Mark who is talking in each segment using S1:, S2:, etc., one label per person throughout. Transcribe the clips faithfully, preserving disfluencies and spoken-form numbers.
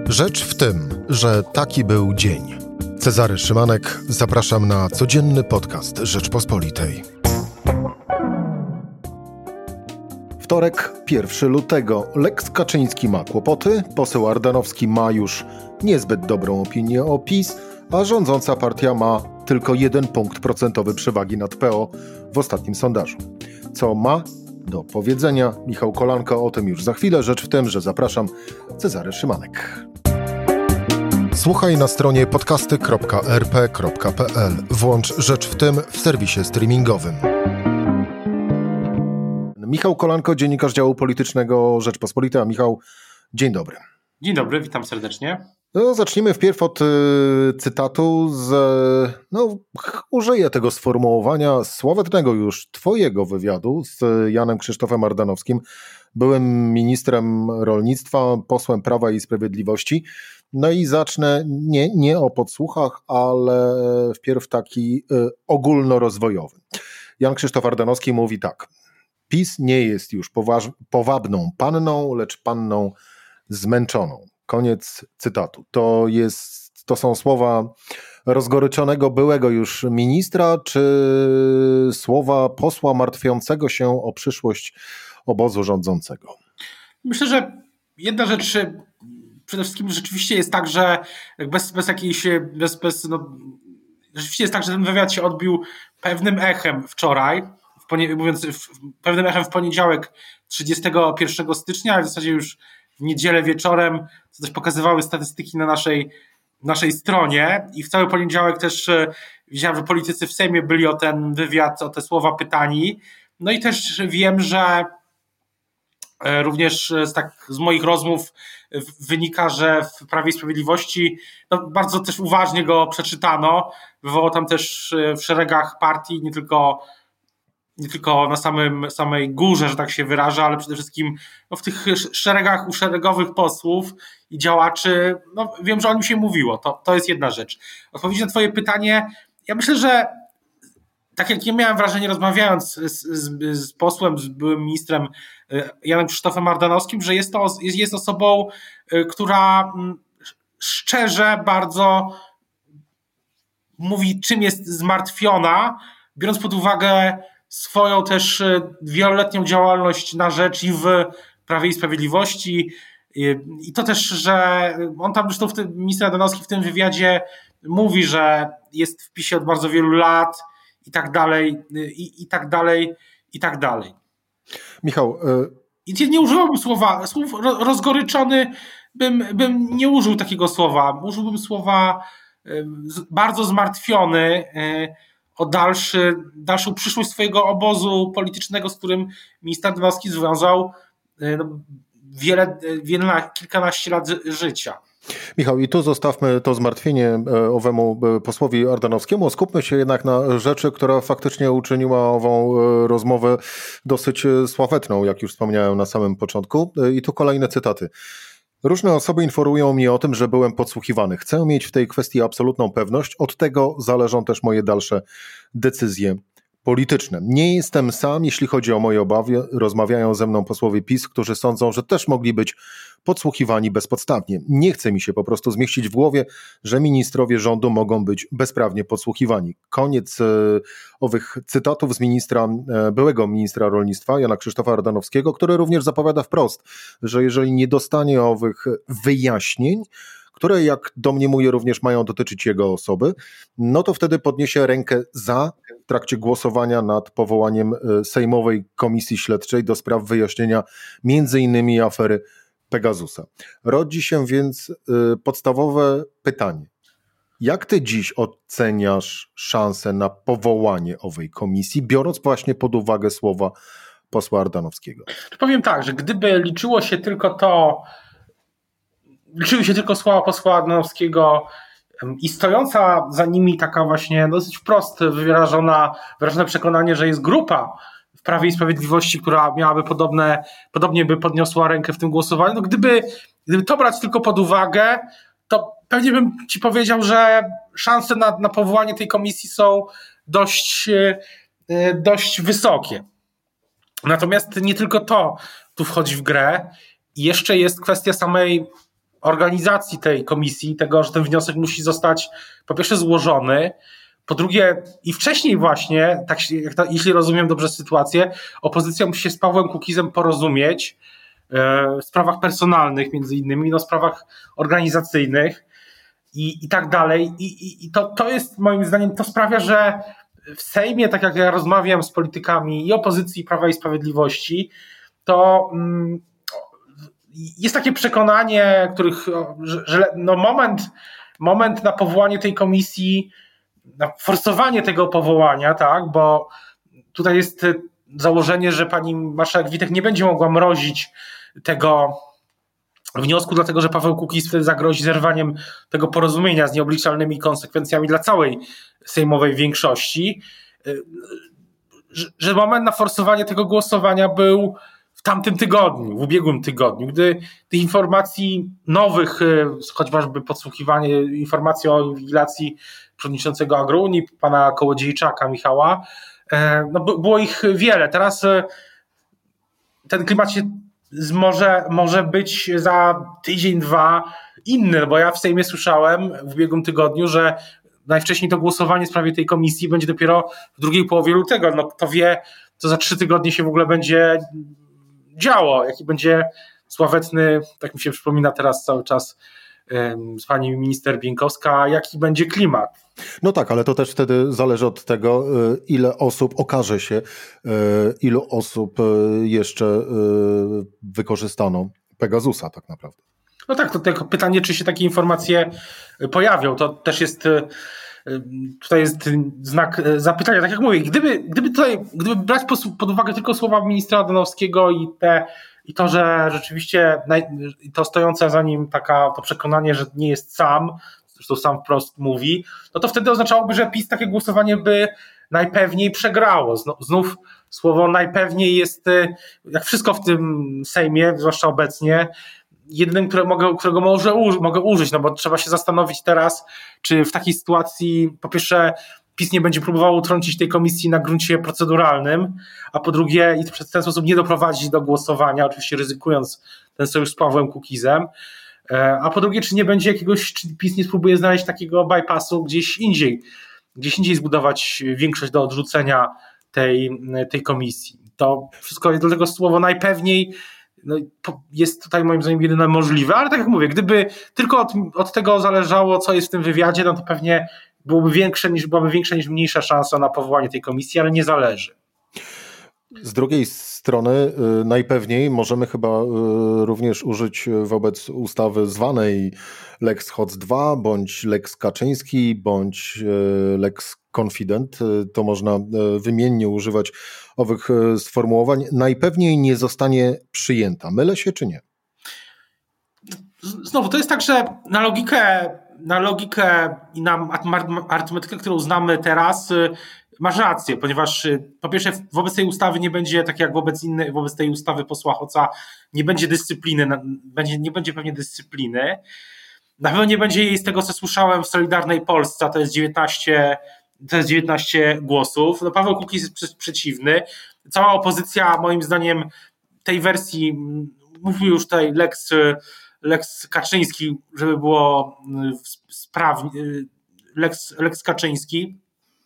S1: Rzecz w tym, że taki był dzień. Cezary Szymanek, zapraszam na codzienny podcast Rzeczpospolitej. Wtorek, pierwszego lutego. Lex Kaczyński ma kłopoty, poseł Ardanowski ma już niezbyt dobrą opinię o PiS, a rządząca partia ma tylko jeden punkt procentowy przewagi nad P O w ostatnim sondażu. Co ma do powiedzenia Michał Kolanko, o tym już za chwilę. Rzecz w tym, że zapraszam, Cezary Szymanek. Słuchaj na stronie podcasty kropka er pe kropka pe el. Włącz Rzecz w tym w serwisie streamingowym. Michał Kolanko, dziennikarz działu politycznego Rzeczpospolita. Michał, dzień dobry.
S2: Dzień dobry, witam serdecznie.
S1: No, zacznijmy wpierw od y, cytatu z, no, użyję tego sformułowania, sławetnego już twojego wywiadu z Janem Krzysztofem Ardanowskim, byłym ministrem rolnictwa, posłem Prawa i Sprawiedliwości. No i zacznę nie, nie o podsłuchach, ale wpierw taki y, ogólnorozwojowy. Jan Krzysztof Ardanowski mówi tak: PiS nie jest już poważ- powabną panną, lecz panną zmęczoną. Koniec cytatu. To jest, to są słowa rozgoryczonego byłego już ministra, czy słowa posła martwiącego się o przyszłość obozu rządzącego?
S2: Myślę, że jedna rzecz przede wszystkim rzeczywiście jest tak, że bez, bez jakiejś, bez, bez, no, rzeczywiście jest tak, że ten wywiad się odbił pewnym echem wczoraj, w ponie, mówiąc w, pewnym echem w poniedziałek trzydziestego pierwszego stycznia, a w zasadzie już w niedzielę wieczorem, co też pokazywały statystyki na naszej, naszej stronie, i w cały poniedziałek też widziałem, że politycy w Sejmie byli o ten wywiad, o te słowa pytani. No i też wiem, że również z, tak, z moich rozmów wynika, że w Prawie i Sprawiedliwości no, bardzo też uważnie go przeczytano. Wywołał tam też w szeregach partii, nie tylko nie tylko na samym, samej górze, że tak się wyraża, ale przede wszystkim no, w tych szeregach u szeregowych posłów i działaczy, no wiem, że o nim się mówiło. To, to jest jedna rzecz. Odpowiedź na twoje pytanie, ja myślę, że tak jak ja miałem wrażenie, rozmawiając z, z, z posłem, z byłym ministrem Janem Krzysztofem Ardanowskim, że jest to jest, jest osobą, która szczerze bardzo mówi, czym jest zmartwiona, biorąc pod uwagę swoją też wieloletnią działalność na rzecz i w Prawie i Sprawiedliwości. I to też, że on tam zresztą w tym, minister Ardanowski w tym wywiadzie mówi, że jest w PiSie od bardzo wielu lat i tak dalej, i, i tak dalej, i tak dalej.
S1: Michał... Y-
S2: I nie użyłbym słowa, słów rozgoryczony, bym, bym nie użył takiego słowa. Użyłbym słowa bardzo zmartwiony o dalszy, dalszą przyszłość swojego obozu politycznego, z którym minister Ardanowski związał no, wiele, wiele, kilkanaście lat życia.
S1: Michał, i tu zostawmy to zmartwienie owemu posłowi Ardanowskiemu. Skupmy się jednak na rzeczy, która faktycznie uczyniła ową rozmowę dosyć sławetną, jak już wspomniałem na samym początku. I tu kolejne cytaty. Różne osoby informują mnie o tym, że byłem podsłuchiwany. Chcę mieć w tej kwestii absolutną pewność. Od tego zależą też moje dalsze decyzje polityczne. Nie jestem sam, jeśli chodzi o moje obawy. Rozmawiają ze mną posłowie PiS, którzy sądzą, że też mogli być podsłuchiwani bezpodstawnie. Nie chce mi się po prostu zmieścić w głowie, że ministrowie rządu mogą być bezprawnie podsłuchiwani. Koniec e, owych cytatów z ministra, e, byłego ministra rolnictwa Jana Krzysztofa Ardanowskiego, który również zapowiada wprost, że jeżeli nie dostanie owych wyjaśnień, które, jak domniemuje, również mają dotyczyć jego osoby, no to wtedy podniesie rękę za w trakcie głosowania nad powołaniem Sejmowej Komisji Śledczej do spraw wyjaśnienia między innymi afery Pegasusa. Rodzi się więc y, podstawowe pytanie. Jak ty dziś oceniasz szansę na powołanie owej komisji, biorąc właśnie pod uwagę słowa posła Ardanowskiego?
S2: Powiem tak, że gdyby liczyło się tylko to, liczyły się tylko słowa posła Ardanowskiego i stojąca za nimi taka właśnie dosyć wprost wyrażona, wyrażone przekonanie, że jest grupa w Prawie i Sprawiedliwości, która miałaby podobne, podobnie by podniosła rękę w tym głosowaniu, no gdyby, gdyby to brać tylko pod uwagę, to pewnie bym ci powiedział, że szanse na, na powołanie tej komisji są dość, dość wysokie. Natomiast nie tylko to tu wchodzi w grę. I jeszcze jest kwestia samej organizacji tej komisji, tego, że ten wniosek musi zostać po pierwsze złożony, po drugie i wcześniej właśnie, tak, jeśli rozumiem dobrze sytuację, opozycja musi się z Pawłem Kukizem porozumieć w sprawach personalnych między innymi, no sprawach organizacyjnych i, i tak dalej. I, i, i to, to jest moim zdaniem, to sprawia, że w Sejmie, tak jak ja rozmawiam z politykami i opozycji, Prawa i Sprawiedliwości, to mm, jest takie przekonanie, których, że, że no moment, moment na powołanie tej komisji, na forsowanie tego powołania, tak, bo tutaj jest założenie, że pani marszałek Witek nie będzie mogła mrozić tego wniosku, dlatego że Paweł Kukiz wtedy zagrozi zerwaniem tego porozumienia z nieobliczalnymi konsekwencjami dla całej sejmowej większości, że moment na forsowanie tego głosowania był w tamtym tygodniu, w ubiegłym tygodniu, gdy tych informacji nowych, chociażby podsłuchiwanie informacji o inwigilacji przewodniczącego Agrounii, pana Kołodziejczaka Michała, no było ich wiele. Teraz ten klimat się może, może być za tydzień, dwa inny, bo ja w Sejmie słyszałem w ubiegłym tygodniu, że najwcześniej to głosowanie w sprawie tej komisji będzie dopiero w drugiej połowie lutego. No kto wie, co za trzy tygodnie się w ogóle będzie działo, jaki będzie sławetny, tak mi się przypomina teraz cały czas z pani minister Bieńkowska, jaki będzie klimat.
S1: No tak, ale to też wtedy zależy od tego, ile osób okaże się, ilu osób jeszcze wykorzystano Pegasusa tak naprawdę.
S2: No tak, to tylko pytanie, czy się takie informacje pojawią, to też jest, tutaj jest znak zapytania, tak jak mówię, gdyby, gdyby tutaj, gdyby brać pod uwagę tylko słowa ministra Ardanowskiego i te I to, że rzeczywiście to stojące za nim taka, to przekonanie, że nie jest sam, zresztą sam wprost mówi, no to wtedy oznaczałoby, że PiS takie głosowanie by najpewniej przegrało. Znów słowo najpewniej jest, jak wszystko w tym Sejmie, zwłaszcza obecnie, jedynym, które mogę, którego może, mogę użyć, no bo trzeba się zastanowić teraz, czy w takiej sytuacji po pierwsze PiS nie będzie próbował utrącić tej komisji na gruncie proceduralnym, a po drugie i w ten sposób nie doprowadzić do głosowania, oczywiście ryzykując ten sojusz z Pawłem Kukizem, a po drugie czy nie będzie jakiegoś, czy PiS nie spróbuje znaleźć takiego bypassu gdzieś indziej, gdzieś indziej zbudować większość do odrzucenia tej, tej komisji. To wszystko jest do tego słowo najpewniej no, jest tutaj moim zdaniem jedyne możliwe, ale tak jak mówię, gdyby tylko od, od tego zależało, co jest w tym wywiadzie, no to pewnie byłoby większe niż, byłaby większa niż mniejsza szansa na powołanie tej komisji, ale nie zależy.
S1: Z drugiej strony y, najpewniej możemy chyba y, również użyć wobec ustawy zwanej Lex Hoc dwa, bądź Lex Kaczyński, bądź y, Lex Confident. Y, to można y, wymiennie używać owych y, sformułowań. Najpewniej nie zostanie przyjęta. Mylę się czy nie?
S2: Znowu, to jest tak, że na logikę, na logikę i na arytmetykę, którą znamy teraz, masz rację, ponieważ po pierwsze wobec tej ustawy nie będzie, tak jak wobec innej, wobec tej ustawy posła Hoca, nie będzie dyscypliny, będzie, nie będzie pewnie dyscypliny. Na pewno nie będzie jej z tego, co słyszałem w Solidarnej Polsce, a to jest dziewiętnaście, to jest dziewiętnaście głosów. No Paweł Kukiz jest przeciwny. Cała opozycja moim zdaniem tej wersji, mówił już tutaj Lex, Lex Kaczyński, żeby było sprawnie, Lex, Lex Kaczyński.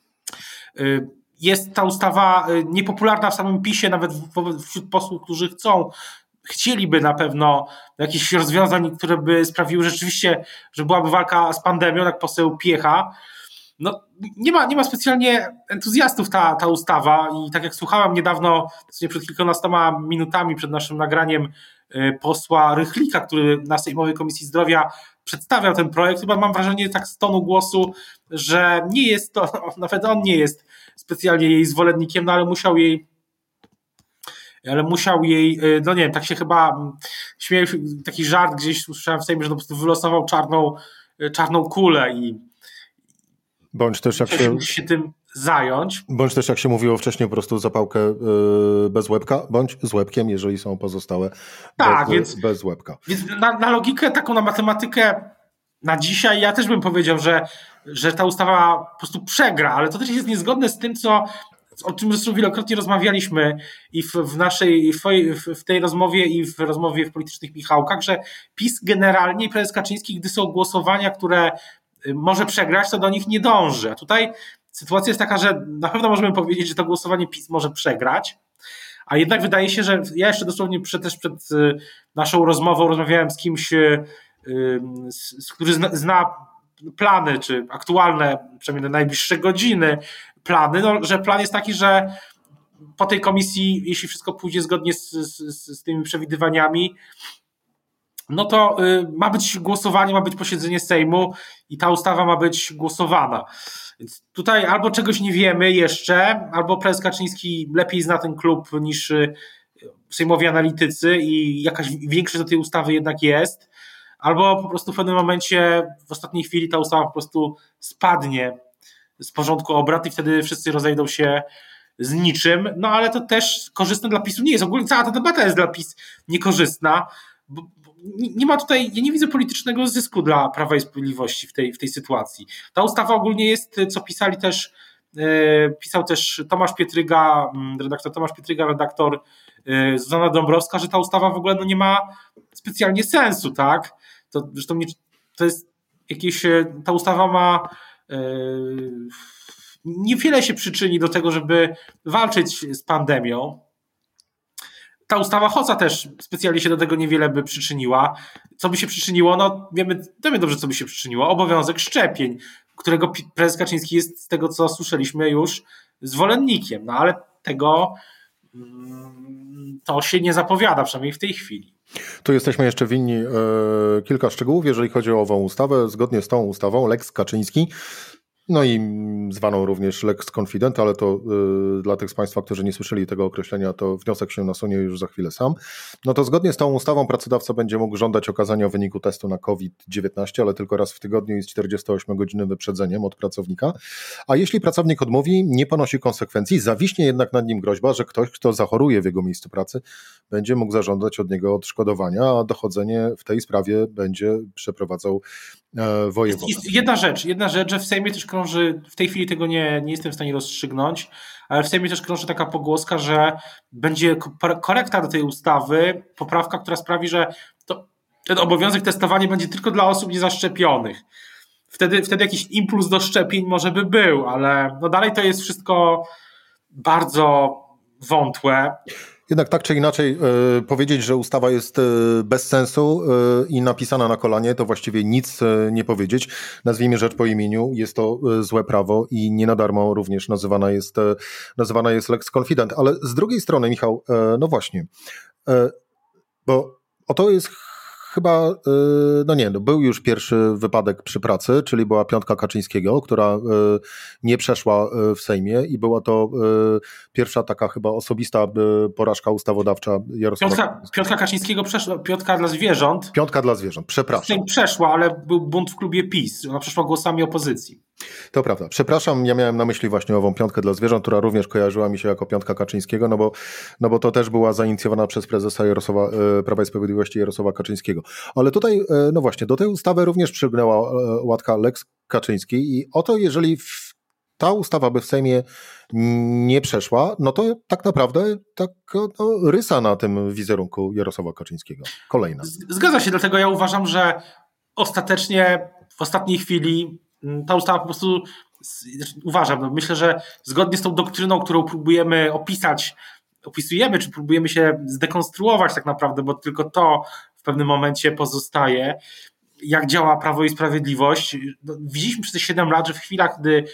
S2: Jest ta ustawa niepopularna w samym PiSie, nawet wśród posłów, którzy chcą, chcieliby na pewno jakichś rozwiązań, które by sprawiły rzeczywiście, że byłaby walka z pandemią, jak poseł Piecha. No, nie ma, nie ma specjalnie entuzjastów ta, ta ustawa i tak jak słuchałem niedawno, przed kilkunastoma minutami przed naszym nagraniem posła Rychlika, który na Sejmowej Komisji Zdrowia przedstawiał ten projekt, chyba mam wrażenie tak z tonu głosu, że nie jest to, nawet on nie jest specjalnie jej zwolennikiem, no ale musiał jej ale musiał jej, no nie wiem, tak się chyba śmieję, taki żart gdzieś usłyszałem w Sejmie, że po prostu wylosował czarną, czarną kulę i
S1: bądź też jak się,
S2: musi się tym zająć.
S1: Bądź też jak się mówiło wcześniej, po prostu zapałkę yy, bez łebka, bądź z łebkiem, jeżeli są pozostałe
S2: tak,
S1: bez,
S2: więc,
S1: bez łebka.
S2: Więc na, na logikę taką, na matematykę na dzisiaj ja też bym powiedział, że, że ta ustawa po prostu przegra, ale to też jest niezgodne z tym, co o czym zresztą wielokrotnie rozmawialiśmy i w, w naszej, w, w tej rozmowie i w rozmowie w politycznych Michałkach, że PiS generalnie i prezes Kaczyński, gdy są głosowania, które może przegrać, to do nich nie dąży. A tutaj sytuacja jest taka, że na pewno możemy powiedzieć, że to głosowanie PiS może przegrać, a jednak wydaje się, że ja jeszcze dosłownie przed, też przed naszą rozmową rozmawiałem z kimś, który zna, zna plany, czy aktualne, przynajmniej na najbliższe godziny, plany, no, że plan jest taki, że po tej komisji, jeśli wszystko pójdzie zgodnie z, z, z tymi przewidywaniami, no to y, ma być głosowanie, ma być posiedzenie Sejmu i ta ustawa ma być głosowana. Więc tutaj albo czegoś nie wiemy jeszcze, albo prezes Kaczyński lepiej zna ten klub niż y, sejmowi analitycy i jakaś większość do tej ustawy jednak jest, albo po prostu w pewnym momencie, w ostatniej chwili ta ustawa po prostu spadnie z porządku obrad i wtedy wszyscy rozejdą się z niczym, no ale to też korzystne dla PiSu nie jest. Ogólnie cała ta debata jest dla PiS niekorzystna, bo nie ma tutaj, ja nie widzę politycznego zysku dla Prawa i Sprawiedliwości w tej, w tej sytuacji. Ta ustawa ogólnie jest, co pisali też, e, pisał też Tomasz Pietryga, redaktor Tomasz Pietryga, redaktor e, Zuzanna Dąbrowska, że ta ustawa w ogóle no, nie ma specjalnie sensu, tak? To zresztą nie, to jest jakieś, ta ustawa ma e, niewiele się przyczyni do tego, żeby walczyć z pandemią. Ta ustawa Hoca też specjalnie się do tego niewiele by przyczyniła. Co by się przyczyniło? No wiemy, wiemy dobrze, co by się przyczyniło. Obowiązek szczepień, którego prezes Kaczyński jest, z tego co słyszeliśmy już, zwolennikiem. No ale tego to się nie zapowiada, przynajmniej w tej chwili.
S1: Tu jesteśmy jeszcze winni e, kilka szczegółów, jeżeli chodzi o ową ustawę. Zgodnie z tą ustawą Lex Kaczyński, no i zwaną również Lex Confident, ale to y, dla tych z Państwa, którzy nie słyszeli tego określenia, to wniosek się nasunie już za chwilę sam. No to zgodnie z tą ustawą pracodawca będzie mógł żądać okazania wyniku testu na COVID dziewiętnaście, ale tylko raz w tygodniu i z czterdziestoośmiogodzinnym wyprzedzeniem od pracownika. A jeśli pracownik odmówi, nie ponosi konsekwencji, zawiśnie jednak nad nim groźba, że ktoś, kto zachoruje w jego miejscu pracy, będzie mógł zażądać od niego odszkodowania, a dochodzenie w tej sprawie będzie przeprowadzał e, wojewoda.
S2: Jest, jest jedna rzecz, jedna rzecz, że w Sejmie też krąży, w tej chwili tego nie, nie jestem w stanie rozstrzygnąć, ale w Sejmie też krąży taka pogłoska, że będzie korekta do tej ustawy, poprawka, która sprawi, że to, ten obowiązek testowania będzie tylko dla osób niezaszczepionych. Wtedy, wtedy jakiś impuls do szczepień może by był, ale no dalej to jest wszystko bardzo wątłe.
S1: Jednak tak czy inaczej y, powiedzieć, że ustawa jest y, bez sensu y, i napisana na kolanie, to właściwie nic y, nie powiedzieć. Nazwijmy rzecz po imieniu, jest to y, złe prawo i nie na darmo również nazywana jest, y, nazywana jest Lex Confident. Ale z drugiej strony, Michał, y, no właśnie, y, bo oto jest chyba, no nie, no był już pierwszy wypadek przy pracy, czyli była piątka Kaczyńskiego, która nie przeszła w Sejmie i była to pierwsza taka chyba osobista porażka ustawodawcza Jarosława.
S2: Piątka, piątka Kaczyńskiego przeszła, piątka dla zwierząt.
S1: Piątka dla zwierząt, przepraszam.
S2: Przeszła, ale był bunt w klubie PiS, ona przeszła głosami opozycji.
S1: To prawda. Przepraszam, ja miałem na myśli właśnie ową piątkę dla zwierząt, która również kojarzyła mi się jako piątka Kaczyńskiego, no bo, no bo to też była zainicjowana przez prezesa Jarosława, Prawa i Sprawiedliwości Jarosława Kaczyńskiego. Ale tutaj, no właśnie, do tej ustawy również przygnęła łatka Lex Kaczyński i oto jeżeli w, ta ustawa by w Sejmie nie przeszła, no to tak naprawdę taka no, rysa na tym wizerunku Jarosława Kaczyńskiego. Kolejna.
S2: Zgadza się, dlatego ja uważam, że ostatecznie w ostatniej chwili ta ustawa po prostu, uważam, no myślę, że zgodnie z tą doktryną, którą próbujemy opisać, opisujemy, czy próbujemy się zdekonstruować tak naprawdę, bo tylko to w pewnym momencie pozostaje, jak działa Prawo i Sprawiedliwość. No, widzieliśmy przez te siedem lat, że w chwilach, gdy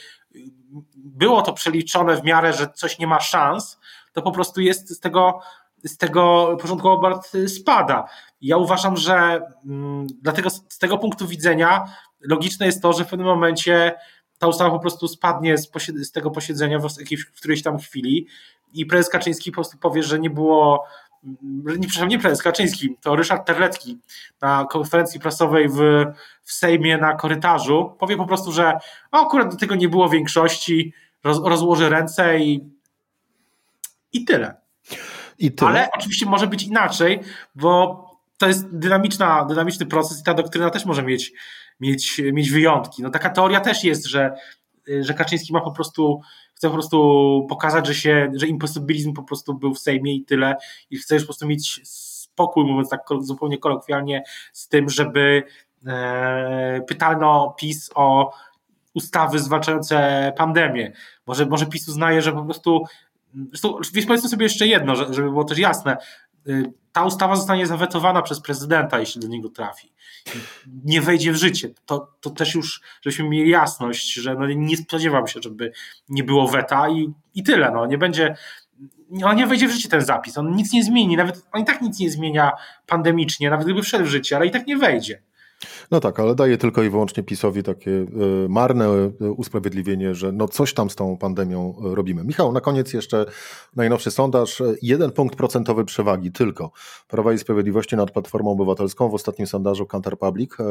S2: było to przeliczone w miarę, że coś nie ma szans, to po prostu jest z tego, z tego porządku obrad spada. Ja uważam, że m, dlatego z tego punktu widzenia logiczne jest to, że w pewnym momencie ta ustawa po prostu spadnie z, posied- z tego posiedzenia w, jakiejś, w którejś tam chwili i prezes Kaczyński po prostu powie, że nie było, nie, przepraszam, nie prezes Kaczyński, to Ryszard Terlecki na konferencji prasowej w, w Sejmie na korytarzu powie po prostu, że o, akurat do tego nie było większości, roz, rozłoży ręce i, i tyle. I tyle. Ale oczywiście może być inaczej, bo to jest dynamiczna, dynamiczny proces i ta doktryna też może mieć, mieć, mieć wyjątki. No taka teoria też jest, że że Kaczyński ma po prostu, chce po prostu pokazać, że się, że imposybilizm po prostu był w Sejmie i tyle i chce już po prostu mieć spokój, mówiąc tak zupełnie kolokwialnie, z tym, żeby e, pytano PiS o ustawy zwalczające pandemię. Może, może PiS uznaje, że po prostu, zresztą powiedzmy sobie jeszcze jedno, żeby było też jasne, ta ustawa zostanie zawetowana przez prezydenta, jeśli do niego trafi. Nie wejdzie w życie. To, to też już, żebyśmy mieli jasność, że no nie spodziewam się, żeby nie było weta i, i tyle. No. Nie będzie, on nie wejdzie w życie ten zapis. On nic nie zmieni. Nawet, on i tak nic nie zmienia pandemicznie, nawet gdyby wszedł w życie, ale i tak nie wejdzie.
S1: No tak, ale daje tylko i wyłącznie PiS-owi takie y, marne y, usprawiedliwienie, że no coś tam z tą pandemią y, robimy. Michał, na koniec jeszcze najnowszy sondaż. Jeden punkt procentowy przewagi tylko Prawa i Sprawiedliwości nad Platformą Obywatelską w ostatnim sondażu Kantar Public. Y,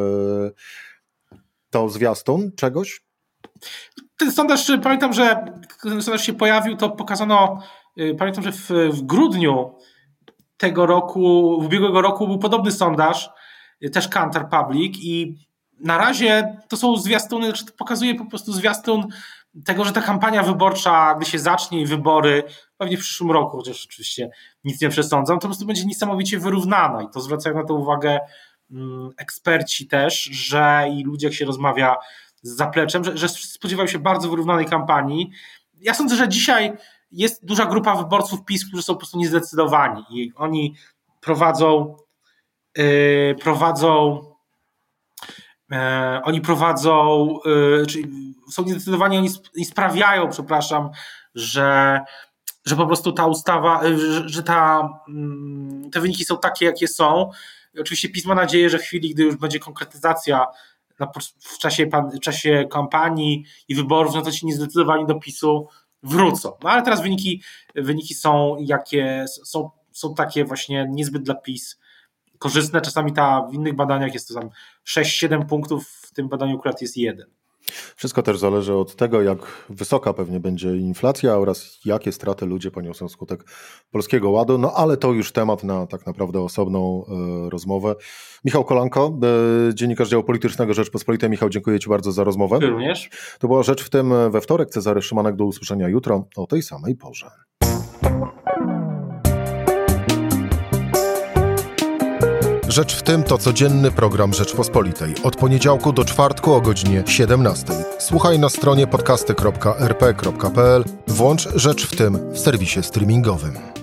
S1: to zwiastun czegoś?
S2: Ten sondaż, pamiętam, że ten sondaż się pojawił, to pokazano, y, pamiętam, że w, w grudniu tego roku, w ubiegłego roku był podobny sondaż, też Kantar Public i na razie to są zwiastuny, to pokazuje po prostu zwiastun tego, że ta kampania wyborcza, gdy się zacznie i wybory, pewnie w przyszłym roku, chociaż oczywiście nic nie przesądzam, to po prostu będzie niesamowicie wyrównana i to zwracają na to uwagę um, eksperci też, że i ludzie, jak się rozmawia z zapleczem, że, że spodziewają się bardzo wyrównanej kampanii. Ja sądzę, że dzisiaj jest duża grupa wyborców PiS, którzy są po prostu niezdecydowani i oni prowadzą Yy, prowadzą yy, oni prowadzą yy, czyli są niezdecydowani, oni sp- sprawiają, przepraszam, że, że po prostu ta ustawa, yy, że, że ta, yy, te wyniki są takie, jakie są. I oczywiście PiS ma nadzieję, że w chwili, gdy już będzie konkretyzacja na, w, czasie, w czasie kampanii i wyborów, no to ci niezdecydowani do PiSu wrócą. No ale teraz wyniki, wyniki są jakie są, są takie właśnie niezbyt dla PiS korzystne. Czasami ta w innych badaniach jest to tam sześć siedem punktów, w tym badaniu akurat jest jeden.
S1: Wszystko też zależy od tego, jak wysoka pewnie będzie inflacja oraz jakie straty ludzie poniosą skutek Polskiego Ładu, no ale to już temat na tak naprawdę osobną e, rozmowę. Michał Kolanko, e, dziennikarz działu politycznego Rzeczpospolitej. Michał, dziękuję Ci bardzo za rozmowę.
S2: Ty również.
S1: To była Rzecz w tym we wtorek. Cezary Szymanek, do usłyszenia jutro o tej samej porze. Rzecz w tym to codzienny program Rzeczpospolitej. Od poniedziałku do czwartku o godzinie siedemnastej. Słuchaj na stronie podcasty kropka er pe kropka pe el. Włącz Rzecz w tym w serwisie streamingowym.